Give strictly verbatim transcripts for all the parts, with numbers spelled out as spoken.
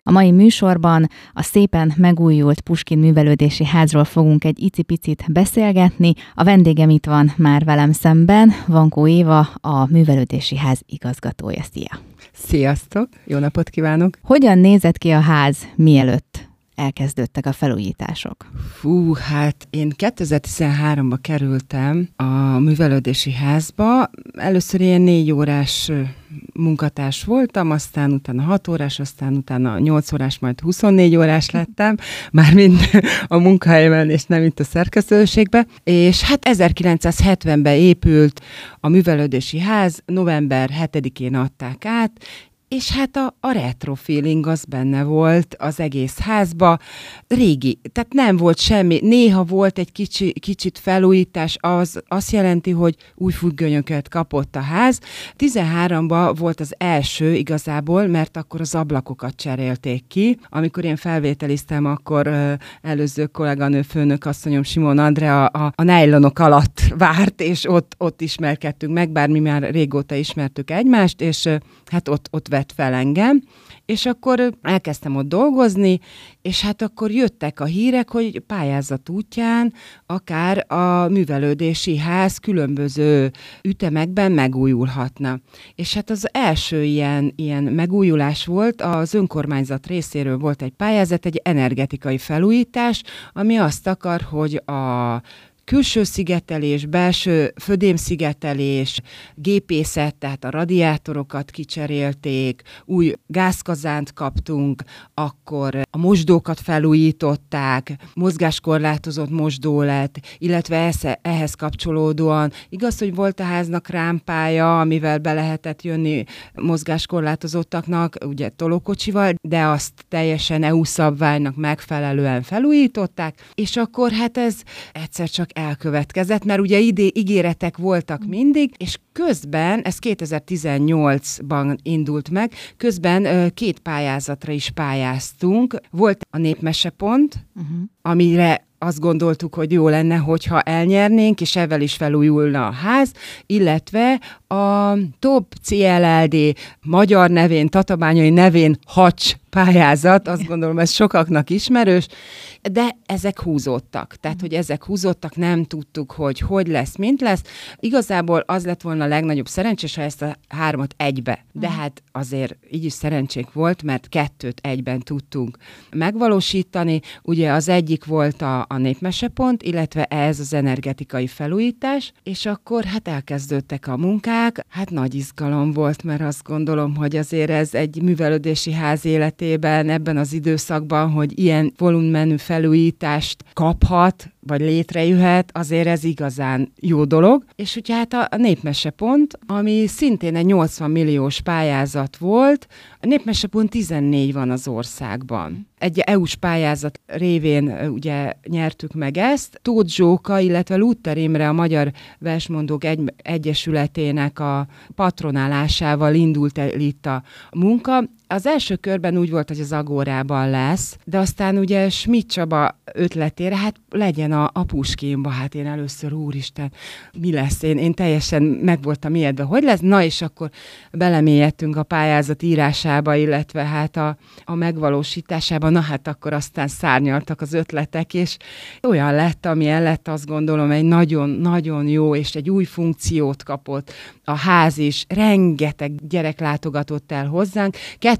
A mai műsorban a szépen megújult Puskin Művelődési Házról fogunk egy icipicit beszélgetni. A vendégem itt van már velem szemben, Vankó Éva, a Művelődési Ház igazgatója. Szia! Sziasztok! Jó napot kívánok! Hogyan nézett ki a ház, mielőtt elkezdődtek a felújítások? Fú, hát én kétezer-tizenháromba kerültem a Művelődési Házba. Először ilyen négy órás munkatárs voltam, aztán utána hat órás, aztán utána nyolc órás, majd huszonnégy órás lettem, mármint a munkahelyemen, és nem itt a szerkesztőségben. És hát ezerkilencszázhetvenben épült a Művelődési Ház, november hetedikén adták át, és hát a, a retro feeling az benne volt az egész házba. Régi, tehát nem volt semmi. Néha volt egy kicsi, kicsit felújítás, az azt jelenti, hogy új függönyöket kapott a ház. tizenháromban volt az első igazából, mert akkor az ablakokat cserélték ki. Amikor én felvételiztem, akkor uh, előző kolléganő, főnök asszonyom Simon Andrea a, a nájlonok alatt várt, és ott, ott ismerkedtünk meg, bár mi már régóta ismertük egymást, és uh, hát ott, ott vett fel engem, és akkor elkezdtem ott dolgozni, és hát akkor jöttek a hírek, hogy pályázat útján akár a Művelődési Ház különböző ütemekben megújulhatna. És hát az első ilyen, ilyen megújulás volt, az önkormányzat részéről volt egy pályázat, egy energetikai felújítás, ami azt akar, hogy a külső szigetelés, belső födémszigetelés, gépészet, tehát a radiátorokat kicserélték, új gázkazánt kaptunk, akkor a mosdókat felújították, mozgáskorlátozott mosdó lett, illetve ehhez kapcsolódóan igaz, hogy volt a háznak rámpája, amivel be lehetett jönni mozgáskorlátozottaknak, ugye tolókocsival, de azt teljesen é u szabványnak megfelelően felújították, és akkor hát ez egyszer csak elkövetkezett, mert ugye idé ígéretek voltak mindig, és közben, ez kétezer-tizennyolcban indult meg, közben két pályázatra is pályáztunk. Volt a Népmesepont, uh-huh. amire azt gondoltuk, hogy jó lenne, hogyha elnyernénk, és ezzel is felújulna a ház, illetve a Top cé el el dé magyar nevén, tatabányai nevén Hacs pályázat, azt gondolom, ez sokaknak ismerős, de ezek húzódtak. Tehát, hogy ezek húzódtak, nem tudtuk, hogy hogy lesz, mint lesz. Igazából az lett volna a legnagyobb szerencsés, ha ezt a hármat egybe. De hát azért így is szerencsénk volt, mert kettőt egyben tudtunk megvalósítani. Ugye az egyik volt a, a Népmesepont, illetve ez az energetikai felújítás, és akkor hát elkezdődtek a munkák. Hát nagy izgalom volt, mert azt gondolom, hogy azért ez egy művelődési ház életében, ebben az időszakban, hogy ilyen volumenű felújítást kaphat, vagy létrejöhet, azért ez igazán jó dolog. És ugye hát a, a Népmesepont, ami szintén egy nyolcvan milliós pályázat volt, a Népmesepont tizennégy van az országban. Egy é u-s pályázat révén ugye nyertük meg ezt. Tóth Zsóka, illetve Luther Imre, a Magyar Versmondók egy- Egyesületének a patronálásával indult el itt a munka. Az első körben úgy volt, hogy az Agórában lesz, de aztán ugye Schmidt Csaba ötletére, hát legyen a, a Puskinba, hát én először, úristen, mi lesz? Én, én teljesen meg voltam ijedve, hogy lesz? Na, és akkor belemélyedtünk a pályázat írásába, illetve hát a, a megvalósításába, na hát akkor aztán szárnyaltak az ötletek, és olyan lett, amilyen lett, azt gondolom, egy nagyon-nagyon jó, és egy új funkciót kapott a ház is, rengeteg gyerek látogatott el hozzánk.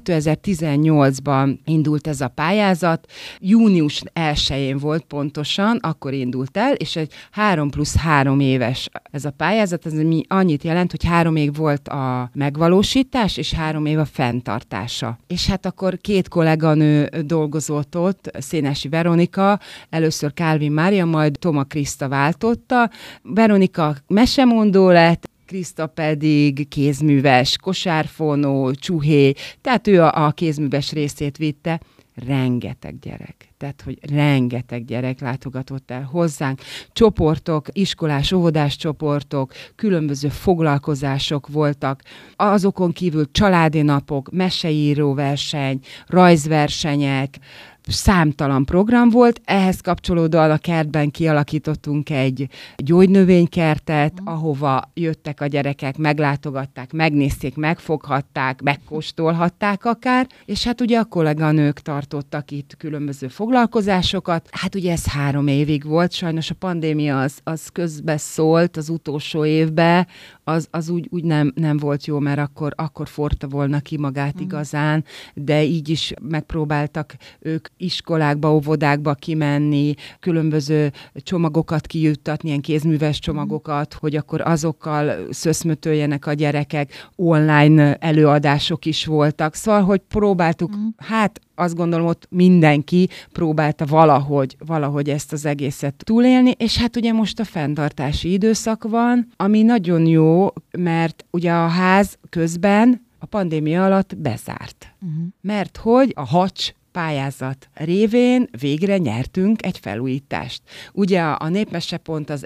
kétezer-tizennyolcban indult ez a pályázat, június elsején volt pontosan, akkor indult el, és egy három plusz három éves ez a pályázat, ez mi annyit jelent, hogy három év volt a megvalósítás, és három év a fenntartása. És hát akkor két kolléganő dolgozott ott, Szénási Veronika, először Kálvin Mária, majd Toma Kriszta váltotta. Veronika mesemondó lett, Kriszta pedig kézműves, kosárfonó, csuhé, tehát ő a, a kézműves részét vitte. Rengeteg gyerek. Tehát, hogy rengeteg gyerek látogatott el hozzánk. Csoportok, iskolás, óvodás csoportok, különböző foglalkozások voltak. Azokon kívül családi napok, meseíró verseny, rajzversenyek, számtalan program volt, ehhez kapcsolódóan a kertben kialakítottunk egy gyógynövénykertet, mm. ahova jöttek a gyerekek, meglátogatták, megnézték, megfoghatták, megkóstolhatták akár, és hát ugye a kolléganők tartottak itt különböző foglalkozásokat. Hát ugye ez három évig volt, sajnos a pandémia az, az közbe szólt az utolsó évben, az, az úgy, úgy nem, nem volt jó, mert akkor, akkor forta volna ki magát mm. igazán, de így is megpróbáltak ők iskolákba, óvodákba kimenni, különböző csomagokat kijuttatni, ilyen kézműves csomagokat, mm. hogy akkor azokkal szöszmötöljenek a gyerekek, online előadások is voltak. Szóval, hogy próbáltuk, mm. hát azt gondolom, ott mindenki próbálta valahogy, valahogy ezt az egészet túlélni, és hát ugye most a fenntartási időszak van, ami nagyon jó, mert ugye a ház közben a pandémia alatt bezárt. Uh-huh. Mert hogy a hacs pályázat révén végre nyertünk egy felújítást. Ugye a Népmesepont az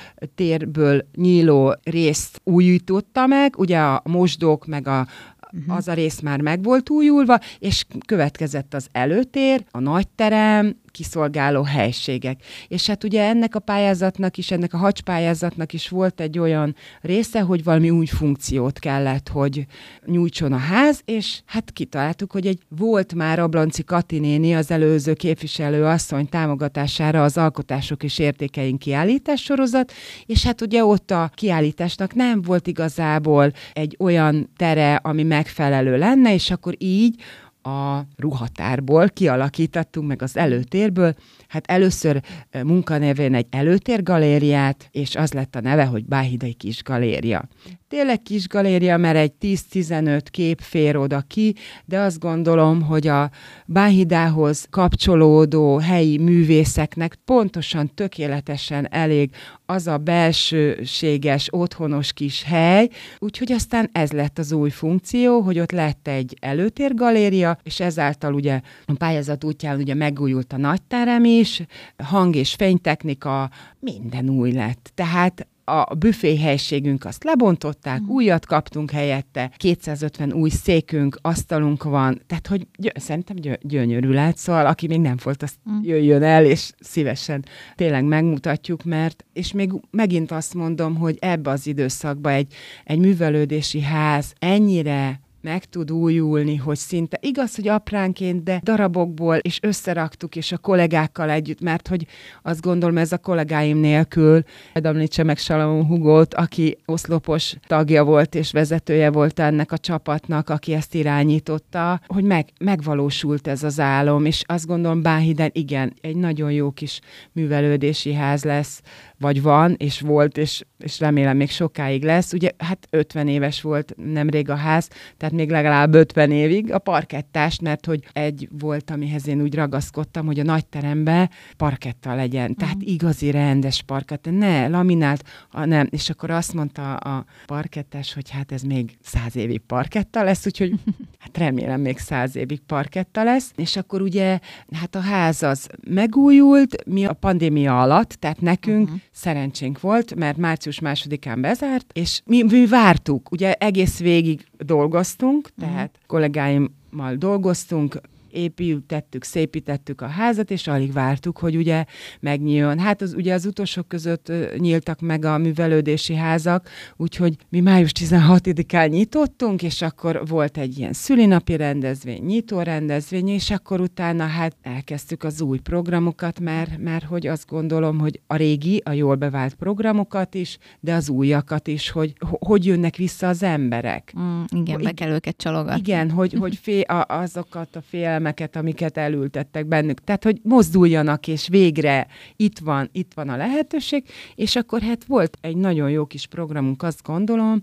előtérből nyíló részt újította meg, ugye a mosdók meg a Uh-huh. az a rész már meg volt újulva, és következett az előtér, a nagyterem, kiszolgáló helységek. És hát ugye ennek a pályázatnak is, ennek a hacspályázatnak is volt egy olyan része, hogy valami új funkciót kellett, hogy nyújtson a ház, és hát kitaláltuk, hogy egy volt már Ablanci Kati néni, az előző képviselő asszony támogatására az Alkotások és Értékeink kiállítás sorozat, és hát ugye ott a kiállításnak nem volt igazából egy olyan tere, ami megfelelő lenne, és akkor így a ruhatárból kialakítottunk meg az előtérből. Hát először munkanevén egy előtérgalériát, és az lett a neve, hogy Báhidai Kis Galéria. Tényleg kis galéria, mert egy tíz-tizenöt kép fér oda ki, de azt gondolom, hogy a Báhidához kapcsolódó helyi művészeknek pontosan, tökéletesen elég az a belsőséges, otthonos kis hely, úgyhogy aztán ez lett az új funkció, hogy ott lett egy előtérgaléria, és ezáltal ugye a pályázat útján ugye megújult a nagyterem is, hang- és fénytechnika, minden új lett. Tehát a büféhelységünk azt lebontották, mm. újat kaptunk helyette, kétszázötven új székünk, asztalunk van, tehát hogy gyö- szerintem gyö- gyönyörű lett, szóval aki még nem volt, azt mm. jöjjön el, és szívesen tényleg megmutatjuk, mert, és még megint azt mondom, hogy ebbe az időszakban egy, egy művelődési ház ennyire meg tud újulni, hogy szinte igaz, hogy apránként, de darabokból, és összeraktuk, és a kollégákkal együtt, mert hogy azt gondolom, ez a kollégáim nélkül, említse meg Salamon Hugót, aki oszlopos tagja volt, és vezetője volt ennek a csapatnak, aki ezt irányította, hogy meg, megvalósult ez az álom, és azt gondolom, Báhiden igen, egy nagyon jó kis művelődési ház lesz, vagy van, és volt, és, és remélem még sokáig lesz. Ugye, hát ötven éves volt nemrég a ház, tehát még legalább ötven évig a parkettást, mert hogy egy volt, amihez én úgy ragaszkodtam, hogy a nagyteremben parketta legyen. Tehát uh-huh. igazi rendes parketta, ne laminált, a, nem. És akkor azt mondta a parkettás, hogy hát ez még száz évig parketta lesz, úgyhogy hát remélem még száz évig parketta lesz. És akkor ugye, hát a ház az megújult, mi a pandémia alatt, tehát nekünk uh-huh. szerencsénk volt, mert március másodikán bezárt, és mi, mi vártuk, ugye egész végig dolgoztunk, tehát uh-huh. kollégáimmal dolgoztunk, építettük, szépítettük a házat, és alig vártuk, hogy ugye megnyíljon. Hát az, ugye az utolsók között nyíltak meg a művelődési házak, úgyhogy mi május tizenhatodikán nyitottunk, és akkor volt egy ilyen szülinapi rendezvény, nyitó rendezvény, és akkor utána hát elkezdtük az új programokat, mert, mert hogy azt gondolom, hogy a régi, a jól bevált programokat is, de az újakat is, hogy hogy jönnek vissza az emberek. Mm, igen, hogy, be kell őket csalogatni. Igen, hogy, hogy fél, a, azokat a fél amiket elültettek bennük. Tehát, hogy mozduljanak, és végre itt van, itt van a lehetőség, és akkor hát volt egy nagyon jó kis programunk, azt gondolom,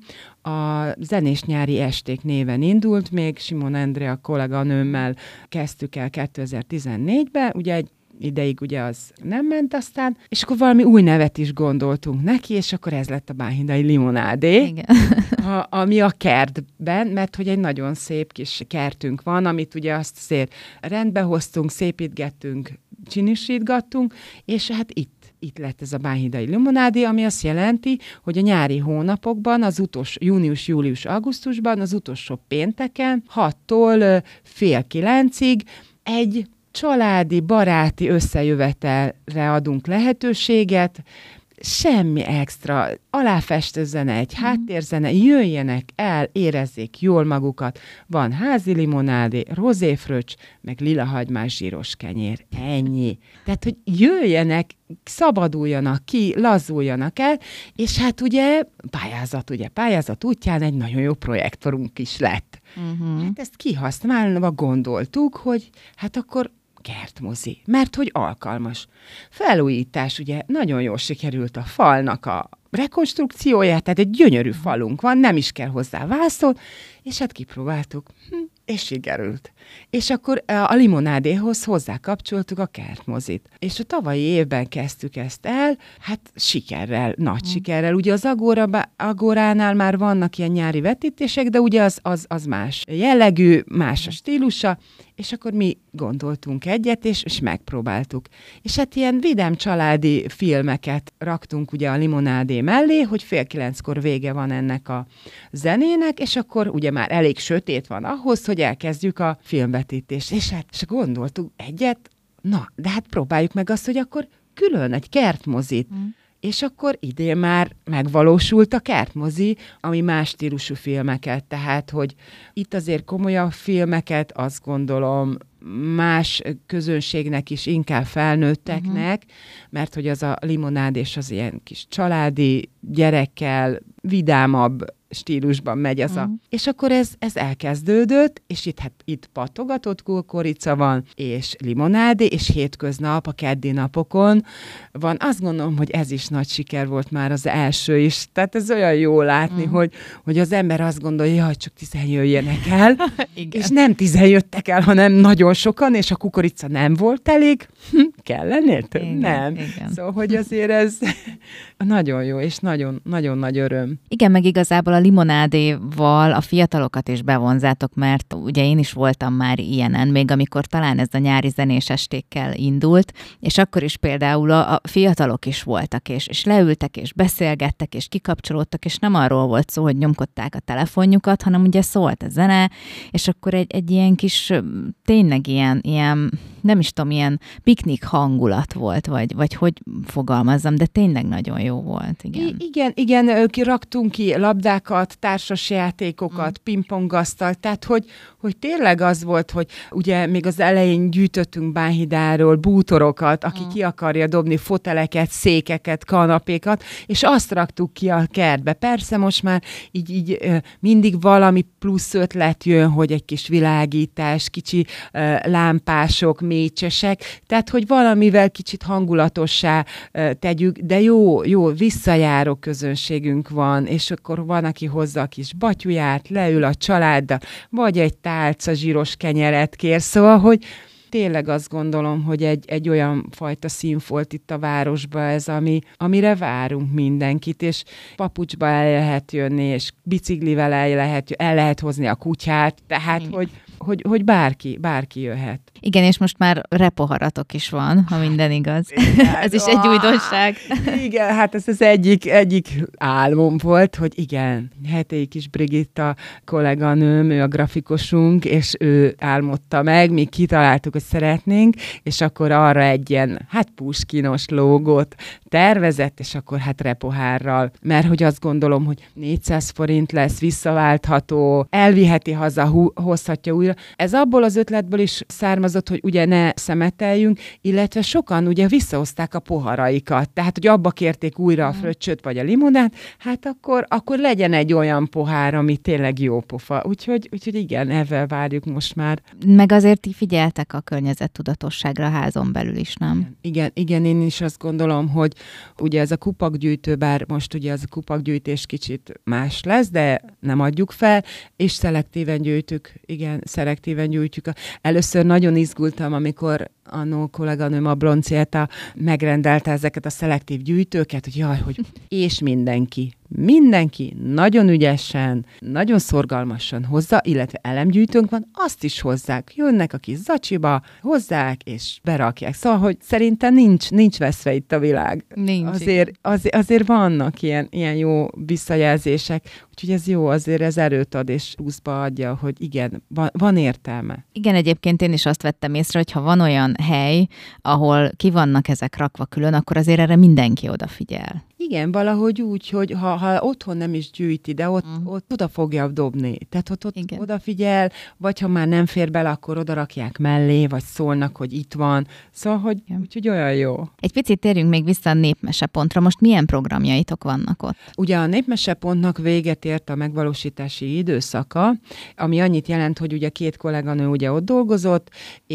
a Zenés Nyári Esték néven indult, még Simon Andrea kolléganőmmel kezdtük el kétezer-tizennégyben, ugye egy ideig ugye az nem ment aztán, és akkor valami új nevet is gondoltunk neki, és akkor ez lett a Báhidai Limonádé, igen. a, ami a kertben, mert hogy egy nagyon szép kis kertünk van, amit ugye azt azért rendbe hoztunk, szépítgettünk, csinisítgattunk, és hát itt Itt lett ez a Báhidai Limonádé, ami azt jelenti, hogy a nyári hónapokban, az utolsó június, július, augusztusban, az utolsó pénteken, hattól fél kilencig egy családi, baráti összejövetelre adunk lehetőséget, semmi extra, aláfestő egy háttérzene, jöjjenek el, érezzék jól magukat. Van házi limonádé, rozéfröccs, meg lilahagymás zsíros kenyér. Ennyi. Tehát, hogy jöjjenek, szabaduljanak ki, lazuljanak el, és hát ugye pályázat, ugye pályázat útján egy nagyon jó projektorunk is lett. Uh-huh. Hát ezt kihasználva gondoltuk, hogy hát akkor kertmozi, mert hogy alkalmas. Felújítás, ugye nagyon jól sikerült a falnak a rekonstrukciója, tehát egy gyönyörű falunk van, nem is kell hozzá vászon, és hát kipróbáltuk, hm, és sikerült. És akkor a limonádéhoz hozzákapcsoltuk a kertmozit. És a tavalyi évben kezdtük ezt el, hát sikerrel, nagy mm. sikerrel. Ugye az Agora, Agoránál már vannak ilyen nyári vetítések, de ugye az, az, az más jellegű, más a stílusa, és akkor mi gondoltunk egyet, és, és megpróbáltuk. És hát ilyen vidám családi filmeket raktunk ugye a limonádé mellé, hogy fél kilenckor vége van ennek a zenének, és akkor ugye már elég sötét van ahhoz, hogy elkezdjük a filmvetítést. És hát és gondoltuk egyet, na, de hát próbáljuk meg azt, hogy akkor külön egy kertmozit. Mm. És akkor idén már megvalósult a kertmozi, ami más stílusú filmeket, tehát, hogy itt azért komolyabb filmeket, azt gondolom, más közönségnek is, inkább felnőtteknek, uh-huh. mert hogy az a limonád és az ilyen kis családi, gyerekkel, vidámabb stílusban megy az uh-huh. a... És akkor ez, ez elkezdődött, és itt, hát, itt patogatott kukorica van, és limonádé, és hétköznap, a keddi napokon van. Azt gondolom, hogy ez is nagy siker volt már az első is. Tehát ez olyan jó látni, uh-huh. hogy, hogy az ember azt gondolja, jaj, csak tizen jöjjenek el, és nem tizen jöttek el, hanem nagyon sokan, és a kukorica nem volt elég. Kell lennél több? Igen, nem. Igen. Szóval, hogy azért ez nagyon jó, és nagyon, nagyon nagy öröm. Igen, meg igazából a limonádéval a fiatalokat is bevonzátok, mert ugye én is voltam már ilyenen, még amikor talán ez a nyári zenés estékkel indult, és akkor is például a, a fiatalok is voltak, és, és leültek, és beszélgettek, és kikapcsolódtak, és nem arról volt szó, hogy nyomkodták a telefonjukat, hanem ugye szólt a zene, és akkor egy, egy ilyen kis, tényleg ilyen, ilyen, nem is tudom, ilyen piknik hangulat volt, vagy, vagy hogy fogalmazzam, de tényleg nagyon jó volt. Igen, I- igen, igen, raktunk ki labdákat, társasjátékokat, mm. pingpongasztalt, tehát hogy, hogy tényleg az volt, hogy ugye még az elején gyűjtöttünk Bánhidáról bútorokat, aki mm. ki akarja dobni foteleket, székeket, kanapékat, és azt raktuk ki a kertbe. Persze most már így, így mindig valami plusz ötlet jön, hogy egy kis világítás, kicsi lámpások, mécsesek, tehát hogy valamivel kicsit hangulatossá tegyük, de jó, jó, visszajáró közönségünk van, és akkor van, aki hozza a kis batyuját, leül a családdal, vagy egy tálca zsíros kenyeret kér, szóval, hogy tényleg azt gondolom, hogy egy, egy olyan fajta színfolt itt a városban ez, ami, amire várunk mindenkit, és papucsba el lehet jönni, és biciklivel el lehet, el lehet hozni a kutyát, tehát, hogy, hogy, hogy bárki, bárki jöhet. Igen, és most már repoharatok is van, ha minden igaz. Igen, ez is egy újdonság. Igen, hát ez az egyik, egyik álmom volt, hogy igen, Hetei kis Brigitta kolléganőm, ő a grafikosunk, és ő álmodta meg, mi kitaláltuk, hogy szeretnénk, és akkor arra egy ilyen, hát Puskinos lógót tervezett, és akkor hát repohárral, mert hogy azt gondolom, hogy négyszáz forint lesz, visszaváltható, elviheti haza, hú, hozhatja újra. Ez abból az ötletből is származott, hogy ugye ne szemeteljünk, illetve sokan ugye visszahozták a poharaikat, tehát hogy abba kérték újra a fröccsöt vagy a limonát, hát akkor, akkor legyen egy olyan pohár, ami tényleg jó pofa. Úgyhogy, úgyhogy igen, ezzel várjuk most már. Meg azért ti figyeltek a környezettudatosságra a házon belül is, nem? Igen, igen, én is azt gondolom, hogy ugye ez a kupakgyűjtő, bár most ugye az a kupakgyűjtés kicsit más lesz, de nem adjuk fel, és szelektíven gyűjtük, igen, szelektíven gyűjtjük. Először nagyon izgultam, amikor annó kolléganőm a Bloncietta megrendelte ezeket a szelektív gyűjtőket, hogy jaj, hogy és mindenki. Mindenki nagyon ügyesen, nagyon szorgalmasan hozza, illetve elemgyűjtőnk van, azt is hozzák. Jönnek a kis zacsiba, hozzák és berakják. Szóval, hogy szerintem nincs, nincs veszve itt a világ. Nincs. Azért, azért, azért vannak ilyen, ilyen jó visszajelzések, úgyhogy ez jó, azért ez erőt ad és pluszba adja, hogy igen, van, van értelme. Igen, egyébként én is azt vettem észre, hogy ha van olyan hely, ahol ki vannak ezek rakva külön, akkor azért erre mindenki odafigyel. Igen, valahogy úgy, hogy ha, ha otthon nem is gyűjti, de ott, uh-huh. ott oda fogja dobni. Tehát ott, ott odafigyel, vagy ha már nem fér bele, akkor oda rakják mellé, vagy szólnak, hogy itt van. Szóval, hogy, úgyhogy olyan jó. Egy picit térjünk még vissza a Népmesepontra. Most milyen programjaitok vannak ott? Ugye a Népmesepontnak véget ért a megvalósítási időszaka, ami annyit jelent, hogy ugye két kolléganő ugye ott dolgozott,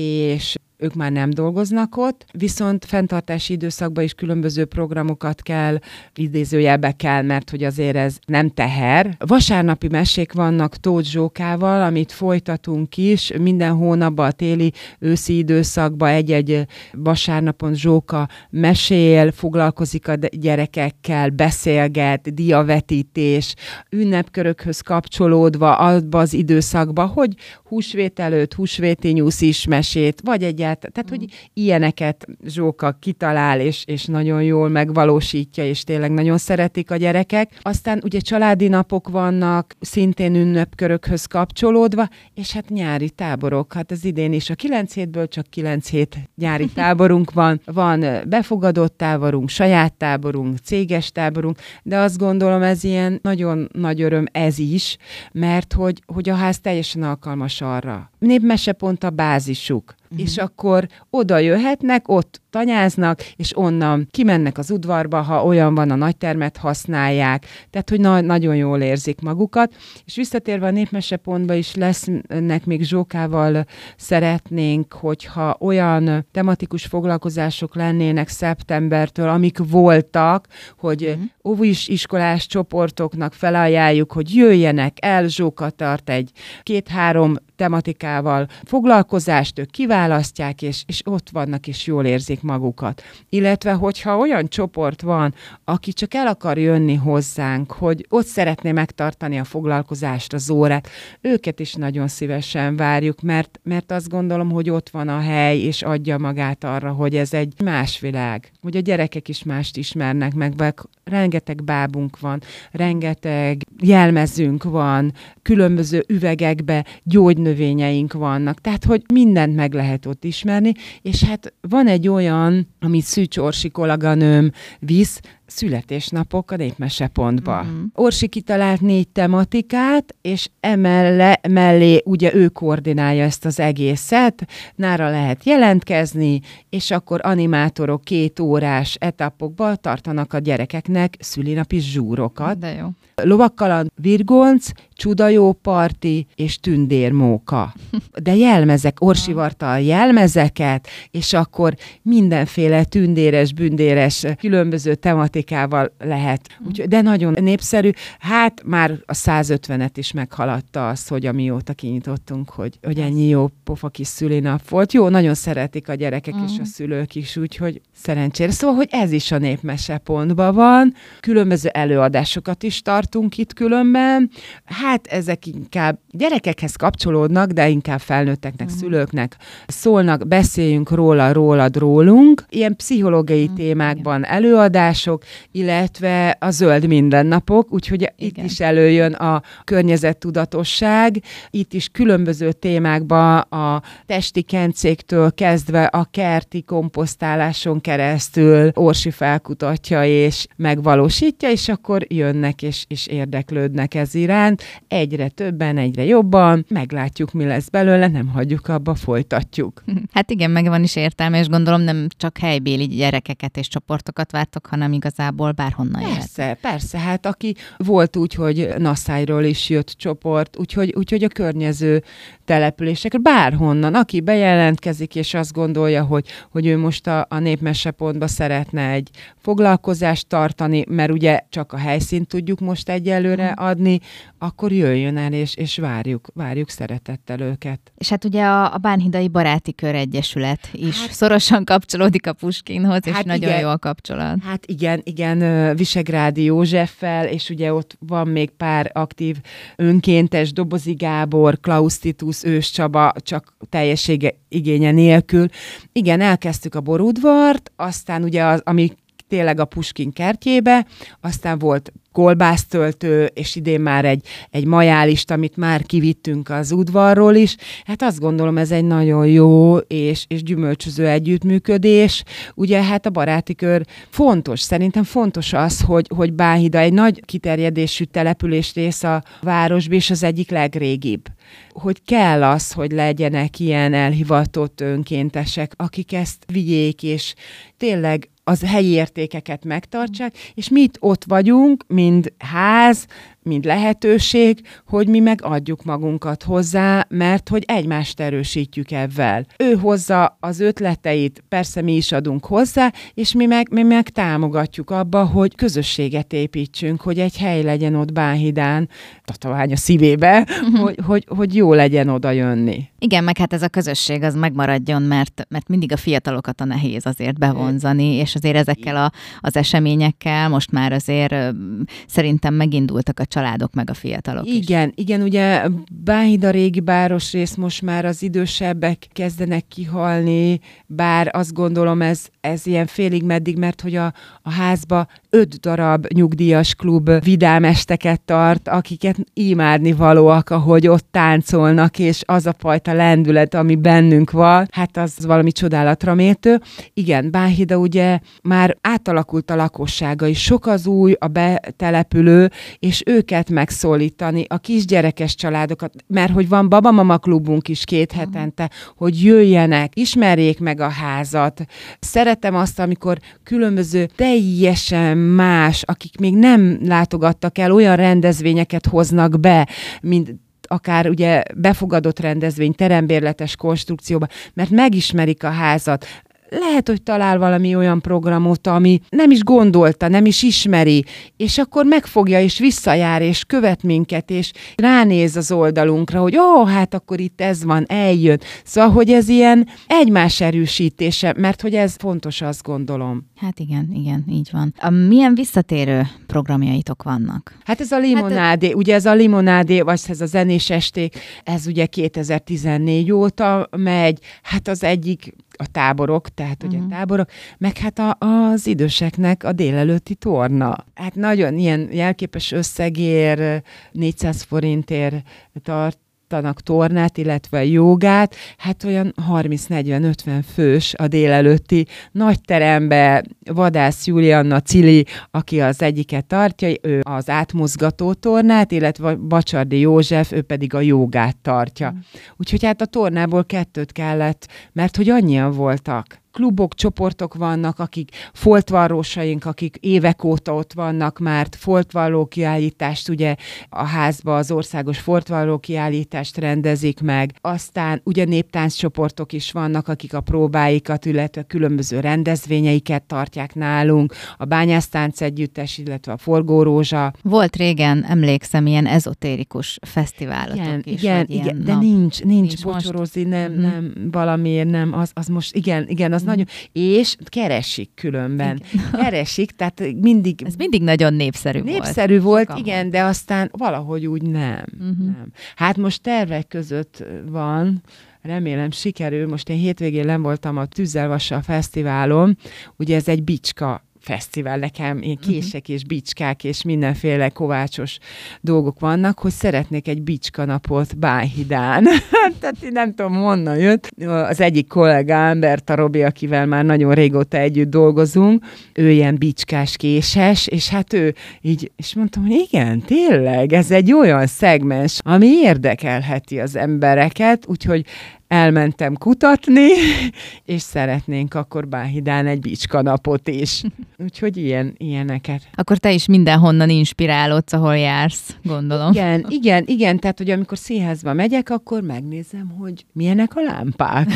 és ők már nem dolgoznak ott, viszont fenntartási időszakban is különböző programokat kell, idézőjelbe kell, mert hogy azért ez nem teher. Vasárnapi mesék vannak Tóth Zsókával, amit folytatunk is, minden hónapban a téli őszi időszakban egy-egy vasárnapon Zsóka mesél, foglalkozik a gyerekekkel, beszélget, diavetítés, ünnepkörökhöz kapcsolódva abba az időszakban, hogy húsvét előtt, húsvéti nyúsz is mesét, vagy egy tehát, hogy ilyeneket Zsóka kitalál, és, és nagyon jól megvalósítja, és tényleg nagyon szeretik a gyerekek. Aztán ugye családi napok vannak, szintén ünnepkörökhöz kapcsolódva, és hát nyári táborok. Hát az idén is a kilenc hétből csak kilenc hét nyári táborunk van. Van befogadott táborunk, saját táborunk, céges táborunk, de azt gondolom, ez ilyen nagyon nagy öröm ez is, mert hogy, hogy a ház teljesen alkalmas arra. Népmesepont a bázisuk. Uh-huh. És akkor oda jöhetnek, ott tanyáznak, és onnan kimennek az udvarba, ha olyan van, a nagytermet használják, tehát, hogy na- nagyon jól érzik magukat. És visszatérve a Népmesepontba is lesznek még Zsókával szeretnénk, hogyha olyan tematikus foglalkozások lennének szeptembertől, amik voltak, hogy uh-huh. óviskolás csoportoknak felajánljuk, hogy jöjjenek el, Zsóka tart egy két-három tematikával foglalkozást, ők kiválasztják, és, és ott vannak, és jól érzik magukat. Illetve, hogyha olyan csoport van, aki csak el akar jönni hozzánk, hogy ott szeretné megtartani a foglalkozást, az órát, őket is nagyon szívesen várjuk, mert, mert azt gondolom, hogy ott van a hely, és adja magát arra, hogy ez egy más világ, hogy a gyerekek is mást ismernek meg, vagy rengeteg bábunk van, rengeteg jelmezünk van, különböző üvegekbe gyógynövényeink vannak, tehát, hogy mindent meg lehet ott ismerni, és hát van egy olyan, amit Szűcs Orsi kolléganőm visz, születésnapok a Népmesepontba. Uh-huh. Orsi kitalált négy tematikát, és emelle, mellé ugye ő koordinálja ezt az egészet, nára lehet jelentkezni, és akkor animátorok két órás etapokba tartanak a gyerekeknek szülinapi zsúrokat. De jó. Lovakkaland, virgonc, csudajó parti és tündérmóka. De jelmezek, Orsi varta a jelmezeket, és akkor mindenféle tündéres, bündéres, különböző tematikával lehet. Úgy, de nagyon népszerű. Hát már a százötvenet is meghaladta az, hogy amióta kinyitottunk, hogy, hogy ennyi jó pofa kis szülinap volt. Jó, nagyon szeretik a gyerekek uh-huh. és a szülők is, úgyhogy szerencsére. Szóval, hogy ez is a Népmesepontban van. Különböző előadásokat is tartunk itt különben. Hát ezek inkább gyerekekhez kapcsolódnak, de inkább felnőtteknek, uh-huh. szülőknek szólnak, beszéljünk róla, rólad, rólunk. Ilyen pszichológiai uh-huh. témákban előadások, illetve a zöld mindennapok, úgyhogy igen. itt is előjön a környezettudatosság, itt is különböző témákban a testi kencéktől kezdve a kerti komposztáláson keresztül Orsi felkutatja és megvalósítja, és akkor jönnek és, és érdeklődnek ez iránt. Egyre többen, egyre jobban, meglátjuk, mi lesz belőle, nem hagyjuk abba, folytatjuk. Hát igen, meg van is értelme, és gondolom nem csak helybéli gyerekeket és csoportokat vártok, hanem igazából bárhonnan jöhet. Persze, persze, hát aki volt úgy, hogy Nasszájról is jött csoport, úgyhogy, úgyhogy a környező települések, bárhonnan, aki bejelentkezik, és azt gondolja, hogy, hogy ő most a, a Népmesepontba szeretne egy foglalkozást tartani, mert ugye csak a helyszínt tudjuk most egyelőre adni, akkor jöjjön el, és, és várjuk, várjuk szeretettel őket. És hát ugye a, a Bánhidai Baráti Kör Egyesület is hát, szorosan kapcsolódik a Puskinhoz, és hát nagyon igen, jó a kapcsolat. Hát igen, igen, Visegrádi Józseffel, és ugye ott van még pár aktív önkéntes, Dobozi Gábor, Klaus Titus, Ős Csaba, csak teljessége igénye nélkül. Igen, elkezdtük a borudvart, aztán ugye az, ami tényleg a Puskin kertjébe, aztán volt kolbásztöltő, és idén már egy, egy majálist, amit már kivittünk az udvarról is. Hát azt gondolom, ez egy nagyon jó és, és gyümölcsöző együttműködés. Ugye hát a baráti kör fontos, szerintem fontos az, hogy, hogy Bánhida egy nagy kiterjedésű település rész a városban, és az egyik legrégibb. Hogy kell az, hogy legyenek ilyen elhivatott önkéntesek, akik ezt vigyék, és tényleg az helyi értékeket megtartsák, és mi itt ott vagyunk, mind ház, mind lehetőség, hogy mi megadjuk magunkat hozzá, mert hogy egymást erősítjük ebben. Ő hozza az ötleteit, persze mi is adunk hozzá, és mi meg, mi meg támogatjuk abba, hogy közösséget építsünk, hogy egy hely legyen ott Bánhidán, Tatabánya szívébe, uh-huh. hogy, hogy, hogy jó legyen oda jönni. Igen, meg hát ez a közösség az megmaradjon, mert, mert mindig a fiatalokat a nehéz azért bevonzani, és azért ezekkel a, az eseményekkel most már azért szerintem megindultak a családok meg a fiatalok is. Igen, igen, ugye Bánhida régi városrész most már az idősebbek kezdenek kihalni, bár azt gondolom ez, ez ilyen félig meddig, mert hogy a, a házba öt darab nyugdíjas klub vidám esteket tart, akiket imádni valóak, ahogy ott táncolnak, és az a fajta lendület, ami bennünk van, hát az valami csodálatra méltő. Igen, Bánhida ugye már átalakult a lakossága is, sok az új, a betelepülő, és őket megszólítani, a kisgyerekes családokat, mert hogy van babamama klubunk is két hetente, hogy jöjjenek, ismerjék meg a házat. Szeretem azt, amikor különböző teljesen más, akik még nem látogattak el, olyan rendezvényeket hoznak be, mint akár ugye befogadott rendezvény, terembérletes konstrukcióba, mert megismerik a házat. Lehet, hogy talál valami olyan programot, ami nem is gondolta, nem is ismeri, és akkor megfogja, és visszajár, és követ minket, és ránéz az oldalunkra, hogy ó, hát akkor itt ez van, eljön. Szóval, hogy ez ilyen egymás erősítése, mert hogy ez fontos, azt gondolom. Hát igen, igen, így van. A milyen visszatérő programjaitok vannak? Hát ez a limonádé, hát, ugye ez a limonádé, vagy ez a zenés esték, ez ugye kétezer-tizennégy óta megy, hát az egyik a táborok, tehát ugye uh-huh. a táborok, meg hát a, az időseknek a délelőtti torna. Hát nagyon ilyen jelképes összegér, négyszáz forintért tart, tanak tornát, illetve jógát, hát olyan harminc-negyven-ötven fős a délelőtti nagy terembe, Vadász Julianna Cili, aki az egyiket tartja, ő az átmozgató tornát, illetve Bacsardi József, ő pedig a jógát tartja. Mm. Úgyhogy hát a tornából kettőt kellett, mert hogy annyian voltak. Klubok, csoportok vannak, akik foltvarrósaink, akik évek óta ott vannak már, foltvalló kiállítást ugye a házba az országos foltvalló kiállítást rendezik meg. Aztán ugye néptánccsoportok is vannak, akik a próbáikat, illetve különböző rendezvényeiket tartják nálunk, a Bányásztánc Együttes, illetve a Forgórózsa. Volt régen, emlékszem, ilyen ezotérikus fesztiválatok igen, is. Igen, igen, de nincs, nincs, nincs bocsorozni, nem, uh-huh. nem, valamiért nem, az, az most, igen, igen, az nagyon, és keresik különben. Igen. Keresik, tehát mindig... Ez mindig nagyon népszerű, népszerű volt. volt, igen, de aztán valahogy úgy nem, uh-huh. nem. Hát most tervek között van, remélem sikerül, most én hétvégén nem voltam a Tűzzel-Vassal fesztiválon, ugye ez egy bicska fesztivál, nekem én kések és bicskák és mindenféle kovácsos dolgok vannak, hogy szeretnék egy bicska napot Bánhidán. Tehát én nem tudom, honnan jött. Az egyik kollégám, Berta Robi, akivel már nagyon régóta együtt dolgozunk, ő ilyen bicskás késes, és hát ő így, és mondtam, hogy igen, tényleg, ez egy olyan szegmens, ami érdekelheti az embereket, úgyhogy elmentem kutatni, és szeretnénk akkor Bánhidán egy beachkanapot is. Úgyhogy ilyen, ilyeneket. Akkor te is mindenhonnan inspirálódsz, ahol jársz, gondolom. Igen, igen, igen, tehát, hogy amikor színházba megyek, akkor megnézem, hogy milyenek a lámpák,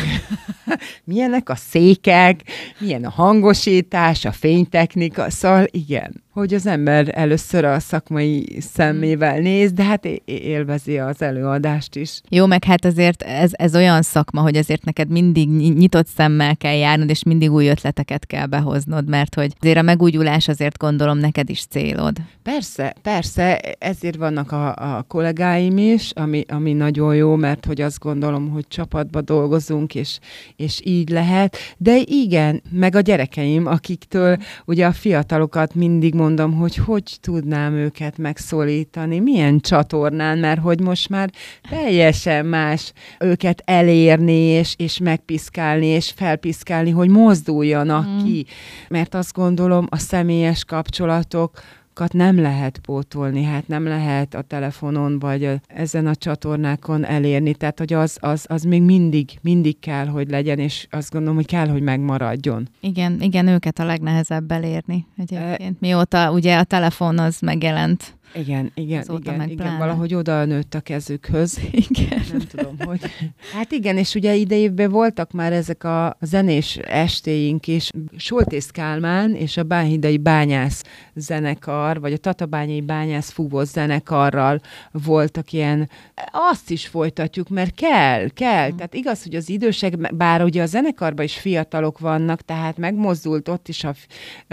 milyenek a székek, milyen a hangosítás, a fénytechnika, szóval igen, hogy az ember először a szakmai szemével néz, de hát élvezi az előadást is. Jó, meg hát azért ez, ez olyan szakma, hogy azért neked mindig nyitott szemmel kell járnod, és mindig új ötleteket kell behoznod, mert hogy azért a megújulás azért gondolom neked is célod. Persze, persze, ezért vannak a, a kollégáim is, ami, ami nagyon jó, mert hogy azt gondolom, hogy csapatba dolgozunk, és, és így lehet, de igen, meg a gyerekeim, akiktől ugye a fiatalokat mindig mondom, hogy hogy tudnám őket megszólítani, milyen csatornán, mert hogy most már teljesen más őket elérni, és, és megpiszkálni, és felpiszkálni, hogy mozduljanak mm. ki. Mert azt gondolom, a személyes kapcsolatok nem lehet pótolni, hát nem lehet a telefonon, vagy a, ezen a csatornákon elérni, tehát hogy az, az, az még mindig, mindig kell, hogy legyen, és azt gondolom, hogy kell, hogy megmaradjon. Igen, igen, őket a legnehezebb elérni egyébként. Mióta ugye a telefon az megjelent. Igen, igen, igen, igen, valahogy oda nőtt a kezükhöz. Igen. Nem tudom, hogy... Hát igen, és ugye idejében voltak már ezek a zenés estéink is. Soltész Kálmán és a Bánhidai Bányász zenekar, vagy a Tatabányai Bányász Fúvós zenekarral voltak ilyen... Azt is folytatjuk, mert kell, kell. Mm. Tehát igaz, hogy az idősek, bár ugye a zenekarban is fiatalok vannak, tehát megmozdult ott is a,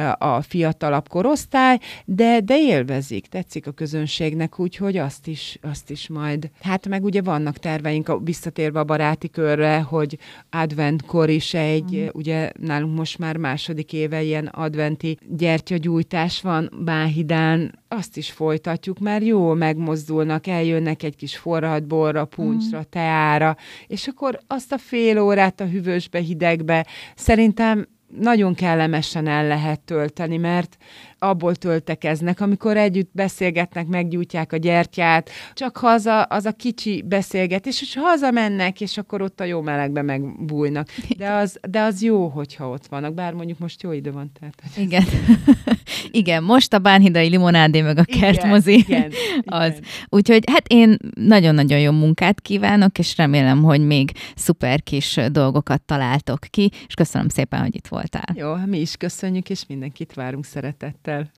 a fiatalabb korosztály, de, de élvezik, tetszik a közönségnek, úgyhogy azt is, azt is majd. Hát meg ugye vannak terveink, visszatérve a baráti körre, hogy adventkor is egy, mm. ugye nálunk most már második éve ilyen adventi gyertyagyújtás van Bánhidán, azt is folytatjuk, mert jó, megmozdulnak, eljönnek egy kis forralt borra, puncsra, mm. teára, és akkor azt a fél órát a hűvösbe, hidegbe szerintem nagyon kellemesen el lehet tölteni, mert abból töltekeznek, amikor együtt beszélgetnek, meggyújtják a gyertyát, csak ha az a, az a kicsi beszélgetés, és hazamennek, és akkor ott a jó melegbe megbújnak. De az, de az jó, hogyha ott vannak, bár mondjuk most jó idő van. Tehát, igen. Igen, most a Bánhidai limonádé, meg a kertmozi. Igen, az. Igen. Úgyhogy hát én nagyon-nagyon jó munkát kívánok, és remélem, hogy még szuper kis dolgokat találtok ki, és köszönöm szépen, hogy itt voltál. Jó, mi is köszönjük, és mindenkit várunk szeretettel.